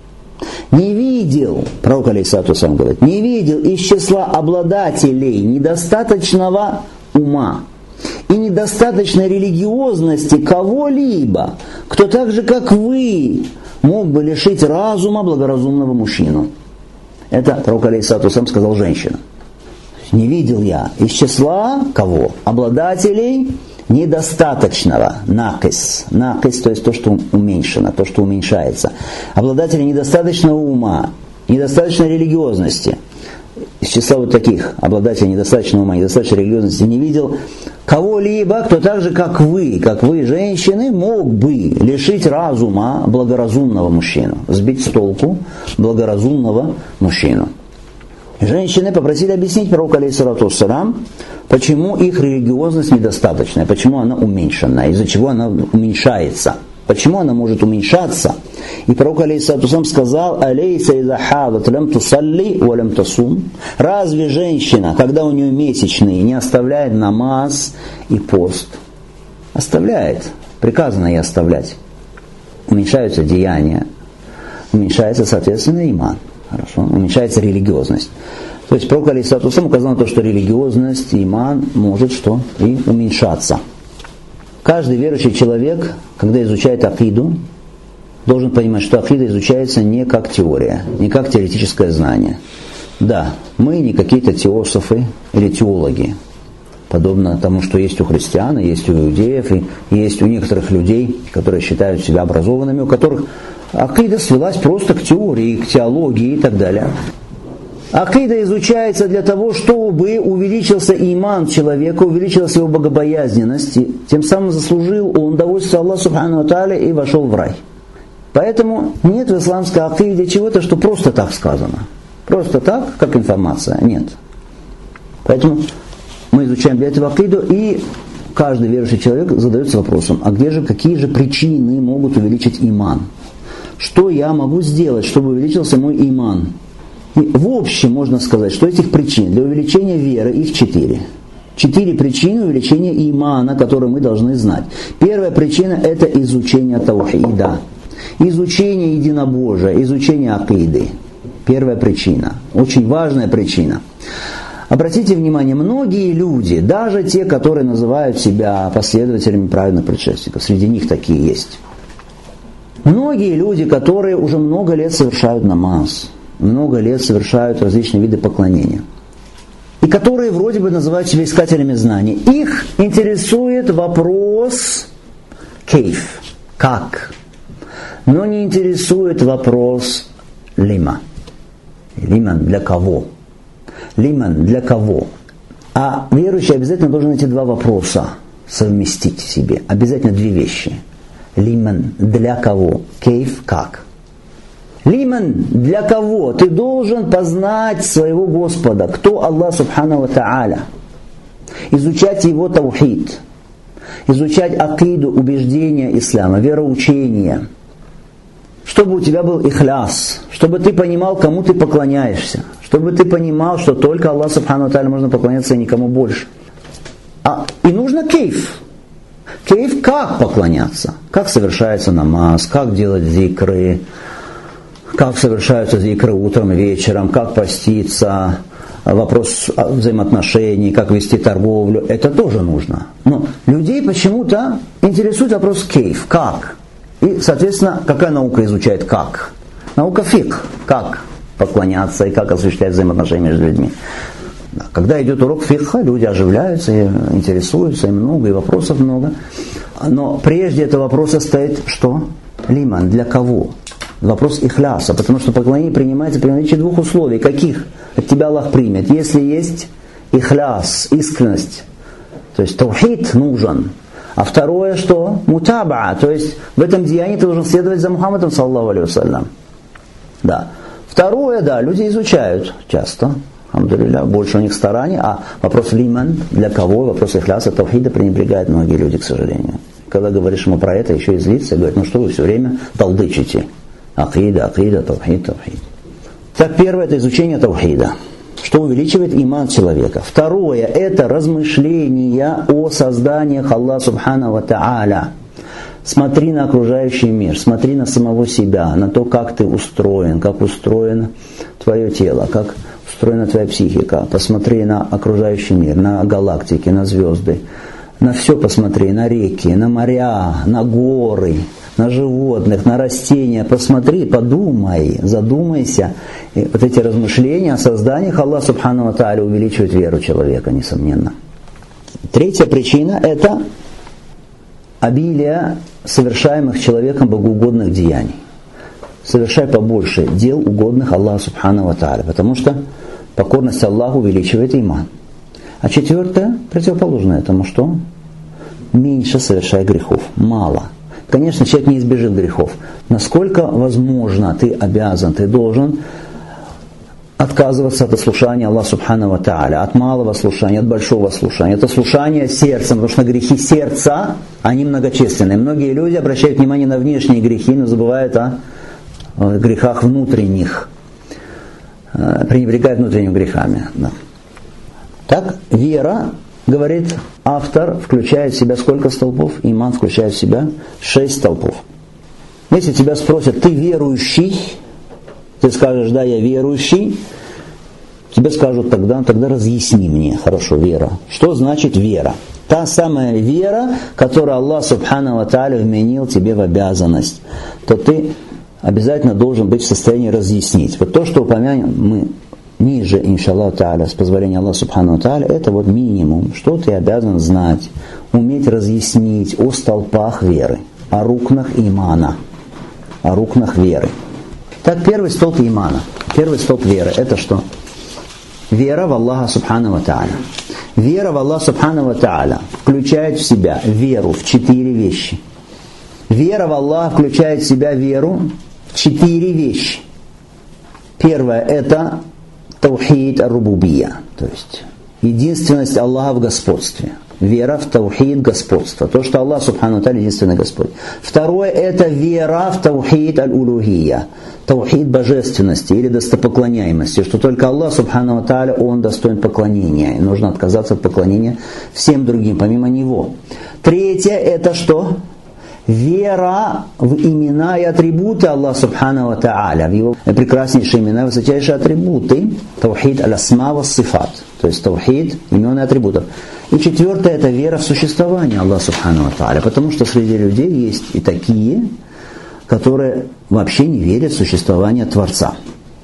Не видел, пророк алейхиссалату вассалам говорит, не видел из числа обладателей недостаточного ума и недостаточной религиозности кого-либо, кто так же, как вы, мог бы лишить разума благоразумного мужчину. Это пророк алейхиссалату вассалам сказал женщинам. Не видел я из числа кого? Обладателей недостаточного, накис, накис, то есть то, что уменьшено, то, что уменьшается. Обладатели недостаточного ума, недостаточной религиозности. из числа вот таких обладателей недостаточного ума, недостаточной религиозности не видел кого-либо, кто так же, как вы, как вы, женщины, мог бы лишить разума благоразумного мужчину, сбить с толку благоразумного мужчину. Женщины попросили объяснить пророку, алейхиссалату вассалам, почему их религиозность недостаточная, почему она уменьшена, из-за чего она уменьшается. Почему она может уменьшаться? И пророк, алейхиссалату вассалам, сказал: «Алейса иза хадат лям тусалли ва лям тасум». Разве женщина, когда у нее месячные, не оставляет намаз и пост? Оставляет. Приказано ей оставлять. Уменьшаются деяния. Уменьшается, соответственно, иман. Хорошо. Уменьшается религиозность. То есть пророк, алейхиссалату вассалам, указал на то, что религиозность, иман может что? И уменьшаться. Каждый верующий человек, когда изучает акиду, должен понимать, что акида изучается не как теория, не как теоретическое знание. Да, мы не какие-то теософы или теологи, подобно тому, что есть у христиан, есть у иудеев, и есть у некоторых людей, которые считают себя образованными, у которых акида свелась просто к теории, к теологии и так далее. Акида изучается для того, чтобы увеличился иман человека, увеличилась его богобоязненность, и тем самым заслужил он удовольствие Аллаха субхану ва тааля и вошел в рай. Поэтому нет в исламской акиде чего-то, что просто так сказано. Просто так, как информация. Нет. Поэтому мы изучаем для этого акиду, и каждый верующий человек задается вопросом: а где же, какие же причины могут увеличить иман? Что я могу сделать, чтобы увеличился мой иман? И в общем можно сказать, что этих причин для увеличения веры их четыре. Четыре причины увеличения имана, которые мы должны знать. Первая причина – это изучение таухида, изучение единобожия, изучение акиды. Первая причина, очень важная причина. Обратите внимание, многие люди, даже те, которые называют себя последователями праведных предшественников, среди них такие есть. Многие люди, которые уже много лет совершают намаз, много лет совершают различные виды поклонения, и которые вроде бы называют себя искателями знаний, их интересует вопрос кейф, как, но не интересует вопрос лима. Лиман для кого? Лиман для кого? А верующий обязательно должен эти два вопроса совместить в себе. Обязательно две вещи. Лиман для кого? Кейф как? Лиман для кого? Ты должен познать своего Господа. Кто Аллах субхану ва тааля? Изучать его таухид. Изучать акиду, убеждения ислама, вероучения. Чтобы у тебя был ихляс. Чтобы ты понимал, кому ты поклоняешься. Чтобы ты понимал, что только Аллах субхану ва тааля можно поклоняться и никому больше. А, и нужно кейф. Кейф как поклоняться. Как совершается намаз, как делать зикры, как совершаются зикры утром и вечером, как поститься, вопрос взаимоотношений, как вести торговлю. Это тоже нужно. Но людей почему-то интересует вопрос кейф, как. И, соответственно, какая наука изучает как? Наука фикх, как поклоняться и как осуществлять взаимоотношения между людьми. Когда идет урок фикха, люди оживляются, и интересуются, и много, и вопросов много. Но прежде этого вопроса стоит что? Лиман, для кого? Вопрос ихляса, потому что поклонение принимается при наличии двух условий. Каких от тебя Аллах примет? Если есть ихляс, искренность, то есть таухид нужен. А второе что? Мутаба, то есть в этом деянии ты должен следовать за Мухаммадом, саллаллаху алейхи вассалям. Да. Второе, да, люди изучают часто, алхамдулилля, больше у них стараний, а вопрос лиман, для кого, вопрос ихляса, таухида пренебрегают многие люди, к сожалению. Когда говоришь ему про это, еще и злится, говорит: ну что вы все время толдычите? Акида, акида, таухид, таухид. Так, первое – это изучение таухида, что увеличивает иман человека. Второе – это размышления о созданиях Аллаха субхану ва тааля. Смотри на окружающий мир, смотри на самого себя, на то, как ты устроен, как устроено твое тело, как устроена твоя психика. Посмотри на окружающий мир, на галактики, на звезды. На все посмотри, на реки, на моря, на горы, на животных, на растения. Посмотри, подумай, задумайся. И вот эти размышления о созданиях Аллаха субхану ва тааля увеличивают веру человека, несомненно. Третья причина – это обилие совершаемых человеком богоугодных деяний. Совершай побольше дел, угодных Аллаху субхану ва тааля. Потому что Покорность Аллаху увеличивает иман. А четвертое, противоположное этому, что? Меньше совершай грехов. Мало. Конечно, человек не избежит грехов. Насколько возможно, ты обязан, ты должен отказываться от слушания Аллаха Субхану ва Тааля, от малого слушания, от большого слушания. Это слушание сердцем, потому что грехи сердца, они многочисленные. Многие люди обращают внимание на внешние грехи, но забывают о грехах внутренних, пренебрегают внутренними грехами. Да. Так, вера, говорит автор, включает в себя сколько столпов? Иман включает в себя шесть столпов. Если тебя спросят, ты верующий? Ты скажешь, да, я верующий. Тебе скажут тогда, тогда разъясни мне, хорошо, вера. Что значит вера? Та самая вера, которую Аллах Субхану ва Тааля вменил тебе в обязанность. То ты обязательно должен быть в состоянии разъяснить. Вот то, что упомянем мы ниже, иншаллах Тааля, с позволения Аллаха Субхану ва Тааля, это вот минимум, что ты обязан знать, уметь разъяснить о столпах веры, о рукнах имана, о рукнах веры. Так, первый столб имана, первый столб веры, это что? Вера в Аллаха Субхану ва Тааля. Вера в Аллаха Субхану ва Тааля включает в себя веру в четыре вещи. Вера в Аллаха включает в себя веру в четыре вещи. Первое – это таухид ар-рубубия, то есть единственность Аллаха в господстве. Вера в таухид господства. То, что Аллах Субхану ва Тааля единственный Господь. Второе – это вера в таухид аль-улухия. Таухид божественности или достопоклоняемости. Что только Аллах Субхану ва Тааля, Он достоин поклонения. И нужно отказаться от поклонения всем другим, помимо Него. Третье – это что? Вера в имена и атрибуты Аллаха Субхану ва Тааля. В Его прекраснейшие имена, высочайшие атрибуты. Таухид аль-асма ва сифат. То есть таухид имен и атрибутов. И четвертое – это вера в существование Аллаха Субхану ва Тааля. Потому что среди людей есть и такие, которые вообще не верят в существование Творца.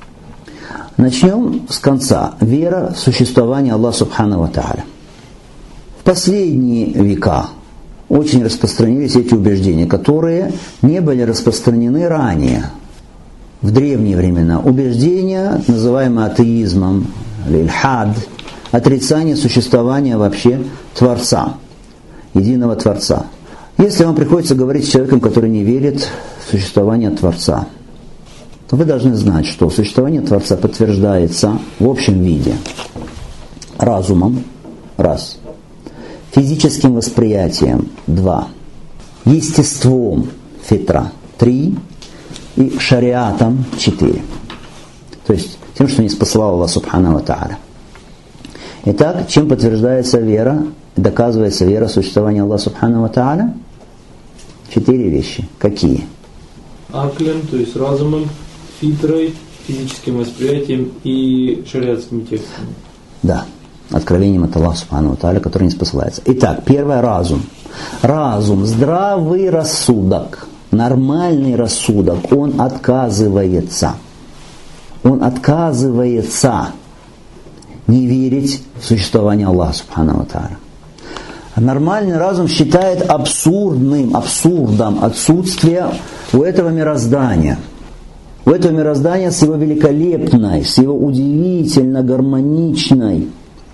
Начнем с конца. Вера в существование Аллаха Субхану ва Тааля. В последние века очень распространились эти убеждения, которые не были распространены ранее, в древние времена. Убеждения, называемые атеизмом, иль-хад, отрицание существования вообще Творца, единого Творца. Если вам приходится говорить с человеком, который не верит в существование Творца, то вы должны знать, что существование Творца подтверждается в общем виде разумом, раз, физическим восприятием, два, естеством, фитра, три, и шариатом, четыре. То есть тем, что не спасал Аллах Субхану ва Тааля. Итак, чем подтверждается вера, доказывается вера в существование Аллаха Субхану ва Тааля? Четыре вещи. Какие? Аклем, то есть разумом, фитрой, физическим восприятием и шариатскими текстами. Да, откровением от Аллаха Субхану ва Тааля, который не спосылается. Итак, первое – разум. Разум, здравый рассудок, нормальный рассудок, он отказывается. Он отказывается не верить в существование Аллаха Субхану ва Тааля. Нормальный разум считает абсурдным, абсурдом отсутствие у этого мироздания. У этого мироздания с его великолепной, с его удивительно гармоничной,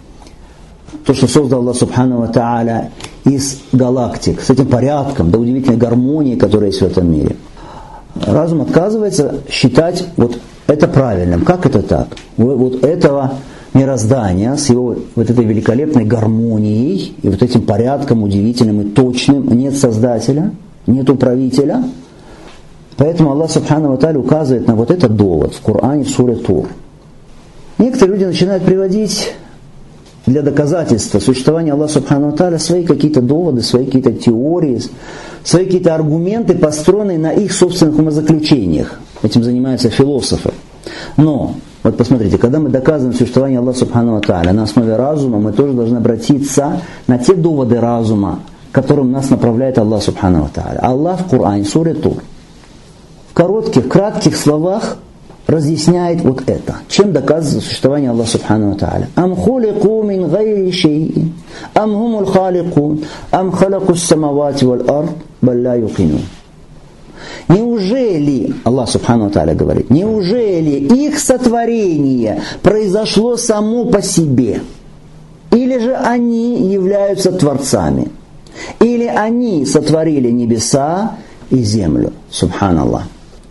то, что создал Аллах Субхану ва Тааля из галактик, с этим порядком, до удивительной гармонии, которая есть в этом мире. Разум отказывается считать вот это правильным. Как это так? Вот этого мироздания с его вот этой великолепной гармонией и вот этим порядком удивительным и точным нет создателя, нет управителя. Поэтому Аллах Субхану ва Тааля указывает на вот этот довод в Коране, в суре Тур. Некоторые люди начинают приводить для доказательства существования Аллаха Субхану ва Тааля свои какие-то доводы, свои какие-то теории, свои какие-то аргументы, построенные на их собственных умозаключениях. Этим занимаются философы. Но вот посмотрите, когда мы доказываем существование Аллаха Субхану ва Тааля на основе разума, мы тоже должны обратиться на те доводы разума, к которым нас направляет Аллах Субхану ва Тааля. Аллах в Коране, суре Тур, в коротких, кратких словах разъясняет вот это. Чем доказывает существование Аллаха Субхану ва Тааля? Ам хулику мин гайри шейин, ам хумул халикун, ам халаку самавати валь ард, баль ла юкинун. Неужели, Аллах Субхану ва Тааля говорит, неужели их сотворение произошло само по себе? Или же они являются творцами? Или они сотворили небеса и землю? Субханаллах.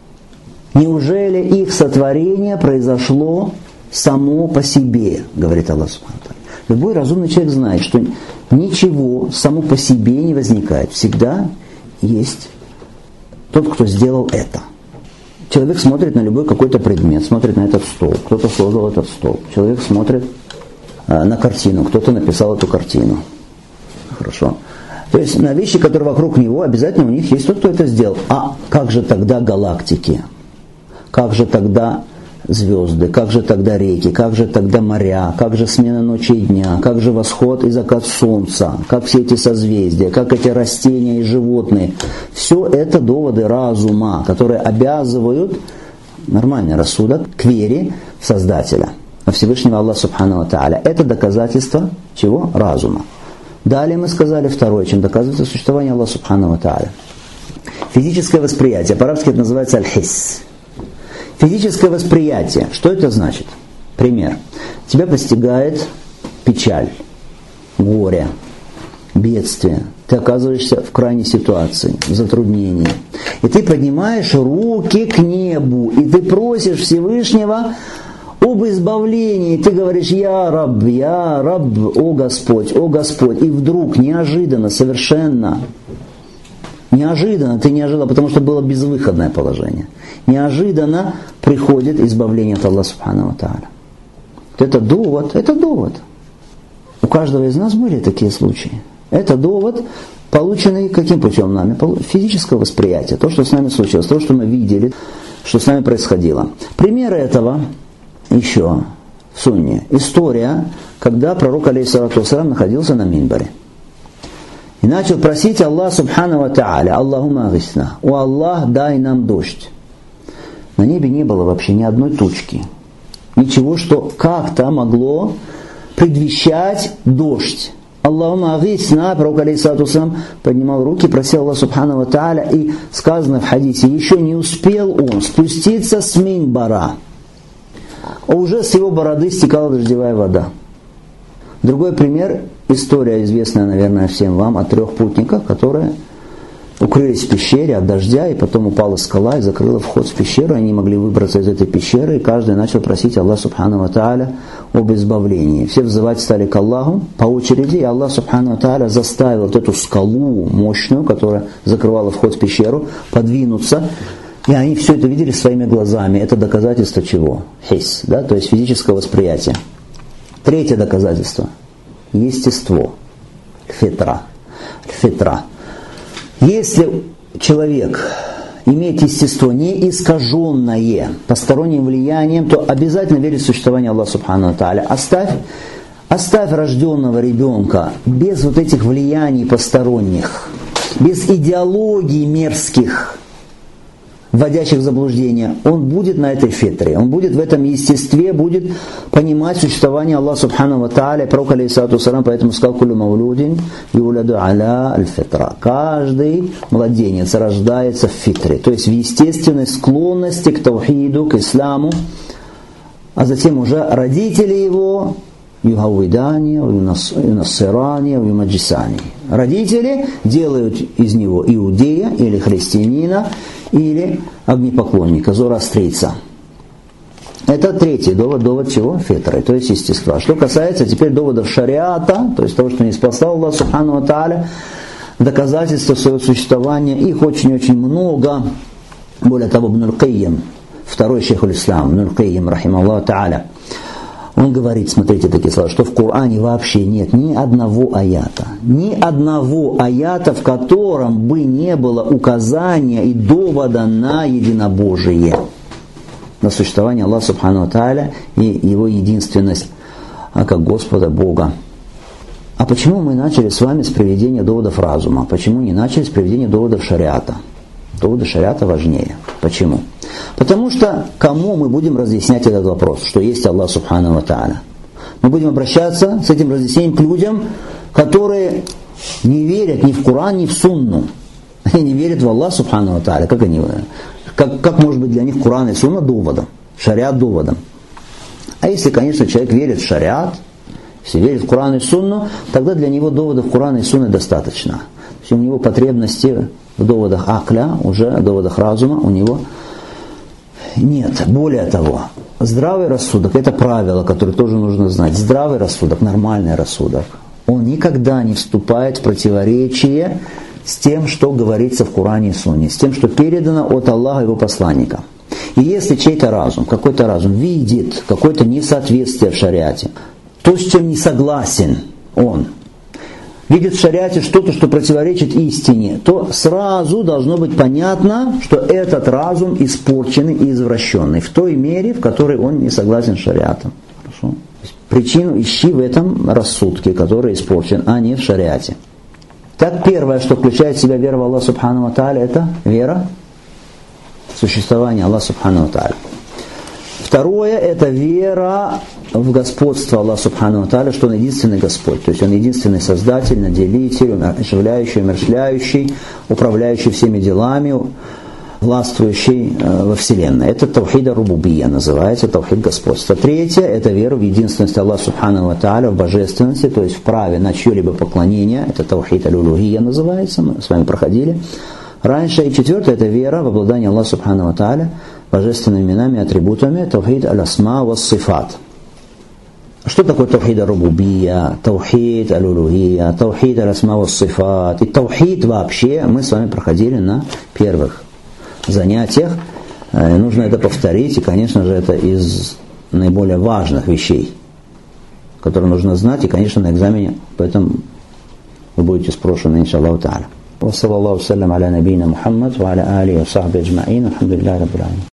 Неужели их сотворение произошло само по себе? Говорит Аллах Субхану ва Тааля. Любой разумный человек знает, что ничего само по себе не возникает. Всегда есть тот, кто сделал это. Человек смотрит на любой какой-то предмет, смотрит на этот стол. Кто-то создал этот стол. Человек смотрит а, на картину. Кто-то написал эту картину. Хорошо. То есть на вещи, которые вокруг него, обязательно у них есть тот, кто это сделал. А как же тогда галактики? Как же тогда звезды? Как же тогда реки? Как же тогда моря? Как же смена ночи и дня? Как же восход и закат солнца? Как все эти созвездия? Как эти растения и животные? Все это доводы разума, которые обязывают нормальный рассудок к вере в Создателя, во Всевышнего Аллаха Субхану ва Тааля. Это доказательство чего? Разума. Далее мы сказали второе, чем доказывается существование Аллаха Субхану ва Тааля. Физическое восприятие. По-арабски это называется аль-хисс. Физическое восприятие. Что это значит? Пример. Тебя постигает печаль, горе, бедствие. Ты оказываешься в крайней ситуации, в затруднении. И ты поднимаешь руки к небу, и ты просишь Всевышнего об избавлении. Ты говоришь: «Я Рабб, Я Рабб, о Господь, о Господь». И вдруг, неожиданно, совершенно, неожиданно, ты не ожидал, потому что было безвыходное положение. Неожиданно приходит избавление от Аллаха Субхану ва Тааля. Это довод, это довод. У каждого из нас были такие случаи. Это довод, полученный каким путем нами? Физического восприятия. То, что с нами случилось, то, что мы видели, что с нами происходило. Примеры этого еще в Сунне. История, когда пророк алейхиссалату вассалям находился на минбаре. И начал просить Аллаха Субхану ва Тааля: «Аллахумма агисна». «О Аллах, дай нам дождь». На небе не было вообще ни одной тучки. Ничего, что как-то могло предвещать дождь. Аллахумма агисна. Пророк алейхиссалату вассалям поднимал руки, просил Аллаха Субхану ва Тааля. И сказано в хадисе: еще не успел он спуститься с минбара, а уже с его бороды стекала дождевая вода. Другой пример. История, известная, наверное, всем вам, о трех путниках, которые укрылись в пещере от дождя, и потом упала скала и закрыла вход в пещеру. Они не могли выбраться из этой пещеры, и каждый начал просить Аллаха Субхану ва Тааля об избавлении. Все взывать стали к Аллаху по очереди, и Аллах Субхану ва Тааля заставил вот эту скалу мощную, которая закрывала вход в пещеру, подвинуться. И они все это видели своими глазами. Это доказательство чего? Хис, да? То есть физическое восприятие. Третье доказательство. Естество. Фитра. Фитра. Если человек имеет естество не искаженное посторонним влиянием, то обязательно верит в существование Аллаха Субхану ва Тааля. Оставь, оставь рожденного ребенка без вот этих влияний посторонних, без идеологий мерзких, вводящих в заблуждение, он будет на этой фитре, он будет в этом естестве, будет понимать существование Аллаха Субхану ва Тааля. Пророк алейхиссалату вассалям поэтому сказал: «Куллю маулудин юляду аля аль-фитра». Каждый младенец рождается в фитре, то есть в естественной склонности к таухиду, к исламу, а затем уже родители его юхавидани, юнассирани, юмаджисани. Родители делают из него иудея или христианина, или огнепоклонника, зороастрийца. Это третий довод, довод чего? Фитры, то есть естества. Что касается теперь доводов шариата, то есть того, что не спасал Аллах Субхану ва Тааля, доказательства своего существования, их очень-очень много. Более того, Ибн аль-Кайим, второй шейх аль-Ислам, Ибн аль-Кайим, рахимахуллаху тааля, он говорит, смотрите такие слова, что в Коране вообще нет ни одного аята, ни одного аята, в котором бы не было указания и довода на единобожие, на существование Аллаха Субхану ва Тааля и Его единственность как Господа Бога. А почему мы начали с вами с приведения доводов разума? Почему не начали с приведения доводов шариата? Доводы шариата важнее. Почему? Потому что кому мы будем разъяснять этот вопрос, что есть Аллах Субхану ва Тааля? Мы будем обращаться с этим разъяснением к людям, которые не верят ни в Коран, ни в Сунну. Они не верят в Аллах Субхану ва Тааля. Как они? Как, как может быть для них Куран и Сунна доводом? Шариат доводом. А если, конечно, человек верит в шариат, если верит в Куран и Сунну, тогда для него доводов Курана и Сунны достаточно. То есть у него потребности в доводах акля, уже в доводах разума у него нет. Более того, здравый рассудок – это правило, которое тоже нужно знать. Здравый рассудок, нормальный рассудок, он никогда не вступает в противоречие с тем, что говорится в Коране и Сунне, с тем, что передано от Аллаха и его посланника. И если чей-то разум, какой-то разум видит какое-то несоответствие в шариате, то, с чем не согласен он, видит в шариате что-то, что противоречит истине, то сразу должно быть понятно, что этот разум испорченный и извращенный в той мере, в которой он не согласен с шариатом. Хорошо? Причину ищи в этом рассудке, который испорчен, а не в шариате. Так, первое, что включает в себя вера в Аллаха Субхану ва Тааля, это вера в существование Аллаха Субхану ва Тааля. Второе, это вера в господство Аллаха Субхану ва Тааля, что Он единственный Господь. То есть Он единственный Создатель, Наделитель, оживляющий, умерщвляющий, управляющий всеми делами, властвующий э, во Вселенной. Это тавхид ар-рубубия называется, тавхид господства. Третье, это вера в единственность Аллаха Субхану ва Тааля, в божественности, то есть в праве на чье-либо поклонение. Это тавхид аль-улухия называется, мы с вами проходили раньше. И четвертое, это вера в обладание Аллаха Субхану ва Тааля божественными именами и атрибутами, тавхид аль-асма ва-сифат. Что такое тавхид ар-рубубия, тавхид аль-улухия, тавхид аль-асма ва-сифат? И тавхид вообще мы с вами проходили на первых занятиях. Нужно это повторить, и, конечно же, это из наиболее важных вещей, которые нужно знать, и, конечно, на экзамене, поэтому вы будете спрошены, иншаллаху та'аля. Ва саллаллаху саллям аля набийна Мухаммад ва аля алихи ва сахби аджмаин. Алхамдулиллахи раббил аламин.